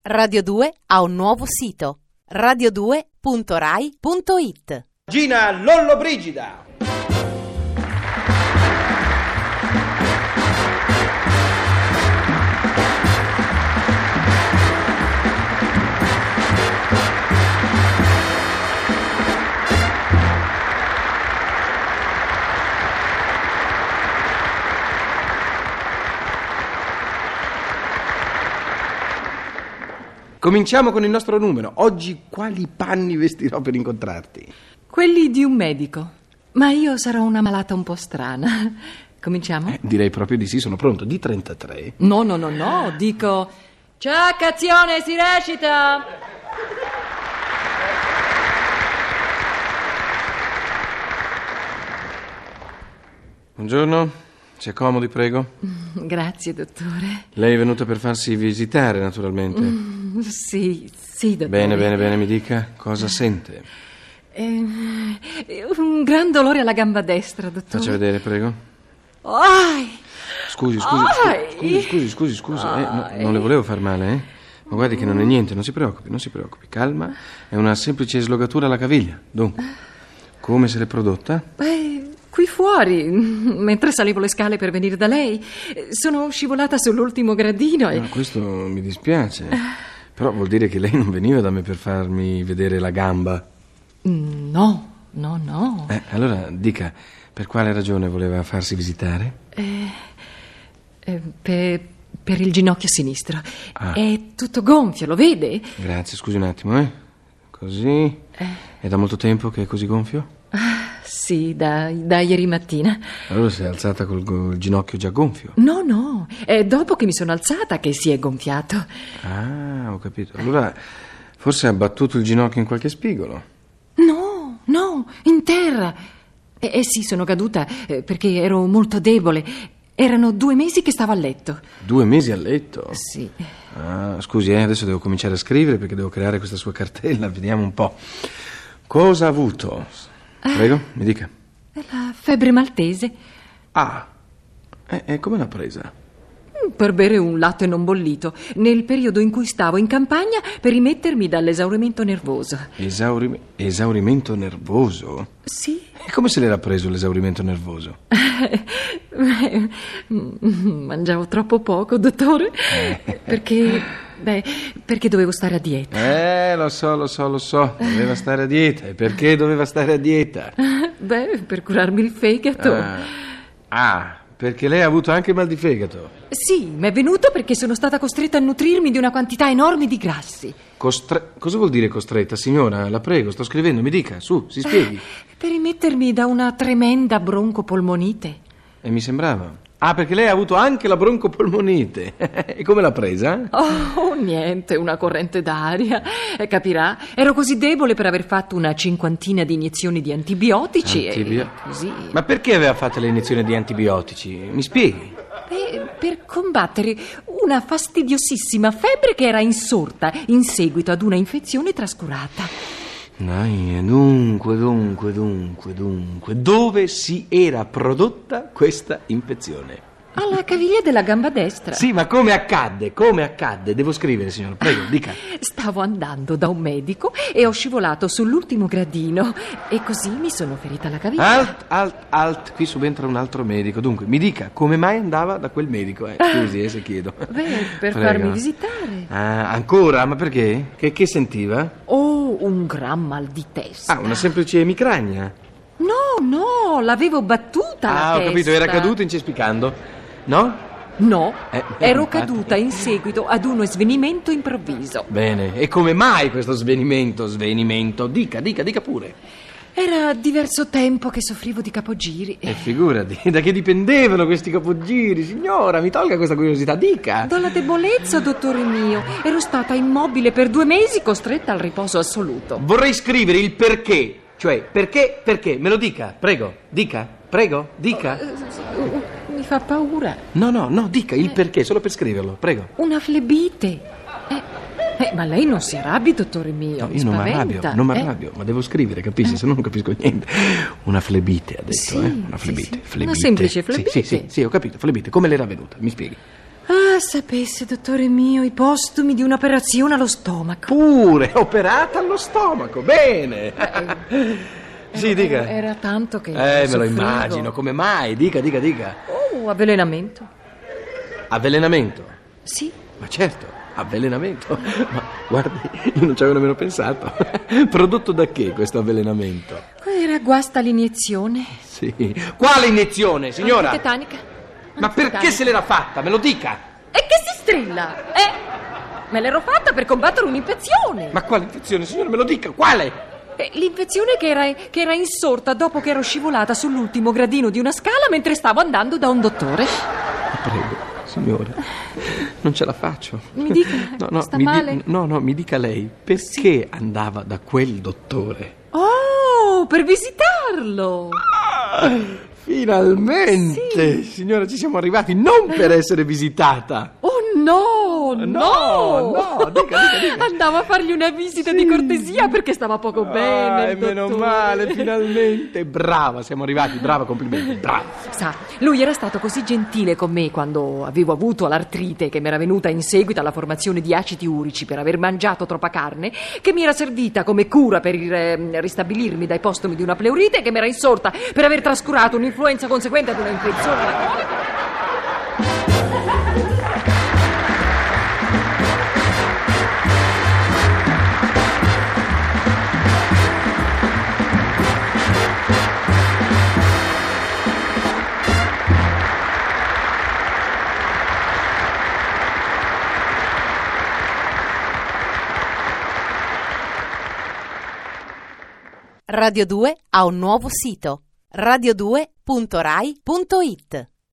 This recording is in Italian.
Radio 2 ha un nuovo sito: radio2.rai.it. Gina Lollobrigida. Cominciamo con il nostro numero. Oggi quali panni vestirò per incontrarti? Quelli di un medico. Ma io sarò una malata un po' strana. Cominciamo? Direi proprio di sì, sono pronto. Di 33. No, dico... Ciak, azione, si recita! Buongiorno, si accomodi, prego. Grazie, dottore. Lei è venuta per farsi visitare, naturalmente. Sì, dottore. Bene, mi dica cosa sente. Un gran dolore alla gamba destra, dottore. Faccia vedere, prego. Ai! Scusi. Non le volevo far male, eh? Ma guardi che non è niente, non si preoccupi. Calma, è una semplice slogatura alla caviglia. Dunque, come se l'è prodotta? Qui fuori, mentre salivo le scale per venire da lei, sono scivolata sull'ultimo gradino e... No, questo mi dispiace. Però vuol dire che lei non veniva da me per farmi vedere la gamba? No. Allora dica, per quale ragione voleva farsi visitare? Per il ginocchio sinistro. È tutto gonfio, lo vede? Grazie, scusi un attimo, Così? È da molto tempo che è così gonfio? Sì, da ieri mattina. Allora si è alzata col ginocchio già gonfio? No, è dopo che mi sono alzata che si è gonfiato. Ah, ho capito. Allora forse ha battuto il ginocchio in qualche spigolo? No, in terra. Sì, sono caduta perché ero molto debole. Erano 2 mesi che stavo a letto. 2 mesi a letto? Sì. Scusi, adesso devo cominciare a scrivere perché devo creare questa sua cartella. Vediamo un po'. Cosa ha avuto? Prego, mi dica. La febbre maltese. E come l'ha presa? Per bere un latte non bollito, nel periodo in cui stavo in campagna per rimettermi dall'esaurimento nervoso. Esaurimento nervoso? Sì. E come se l'era preso l'esaurimento nervoso? Mangiavo troppo poco, dottore, perché dovevo stare a dieta. Lo so, doveva stare a dieta. E perché doveva stare a dieta? Per curarmi il fegato. Perché lei ha avuto anche mal di fegato? Sì, mi è venuto perché sono stata costretta a nutrirmi di una quantità enorme di grassi. Cosa vuol dire costretta, signora? La prego, sto scrivendo, mi dica, su, si spieghi. Per rimettermi da una tremenda broncopolmonite. E mi sembrava. Perché lei ha avuto anche la broncopolmonite. E come l'ha presa? Niente, una corrente d'aria. Capirà, ero così debole per aver fatto una 50 di iniezioni di antibiotici e così. Ma perché aveva fatto le iniezioni di antibiotici? Mi spieghi? Per combattere una fastidiosissima febbre che era insorta in seguito ad una infezione trascurata. Dunque. Dove si era prodotta questa infezione? Alla caviglia della gamba destra. Sì, ma come accadde? Devo scrivere, signora, prego, dica. Stavo andando da un medico e ho scivolato sull'ultimo gradino e così mi sono ferita la caviglia. Alt, qui subentra un altro medico. Dunque, mi dica, come mai andava da quel medico? Scusi, se chiedo. Per prego. farmi visitare. Ancora? Ma perché? Che sentiva? Un gran mal di testa. Una semplice emicrania? No, l'avevo battuta la ho testa. capito, era caduta incespicando. No? No, ero caduta in seguito ad uno svenimento improvviso. Bene, e come mai questo svenimento? Dica pure. Era diverso tempo che soffrivo di capogiri. Figurati, da che dipendevano questi capogiri, signora? Mi tolga questa curiosità, dica. Dalla debolezza, dottore mio. Ero stata immobile per 2 mesi, costretta al riposo assoluto. Vorrei scrivere il perché. Cioè, perché? Me lo dica, prego, dica. Mi fa paura. No, dica il perché, solo per scriverlo, prego. Una flebite. Ma lei non si arrabbi, dottore mio. No, io non mi arrabbio, ma devo scrivere, capisci? Se no non capisco niente. Una flebite, ha detto, sì, Una flebite. Una semplice flebite. Sì, ho capito, flebite. Come l'era venuta? Mi spieghi? sapesse, dottore mio, i postumi di un'operazione allo stomaco. Pure, operata allo stomaco, bene. Sì, dica. Era tanto che Me lo soffrivo. immagino, come mai? Dica. Avvelenamento. Avvelenamento? Sì. Ma certo, avvelenamento. Ma guardi, io non ci avevo nemmeno pensato. Prodotto da che questo avvelenamento? Era guasta l'iniezione. Sì. Quale iniezione, signora? Antitetanica. Ma perché se l'era fatta? Me lo dica. E che si strilla? Me l'ero fatta per combattere un'infezione. Ma quale infezione, signora? Me lo dica, quale? L'infezione che era insorta dopo che ero scivolata sull'ultimo gradino di una scala mentre stavo andando da un dottore. Prego, signora, non ce la faccio. Mi dica, sta male? No, mi dica lei, perché andava da quel dottore? Oh, per visitarlo. Finalmente, sì. Signora, ci siamo arrivati, non per essere visitata. Oh no, dica. Andavo a fargli una visita di cortesia perché stava poco bene il meno dottore. male, finalmente. Brava, siamo arrivati, brava, complimenti, brava. Sa, lui era stato così gentile con me quando avevo avuto l'artrite che mi era venuta in seguito alla formazione di acidi urici per aver mangiato troppa carne, che mi era servita come cura per ristabilirmi dai postumi di una pleurite che mi era insorta per aver trascurato un'influenza conseguente ad una infezione alla colite. Radio 2 ha un nuovo sito: radio2.rai.it.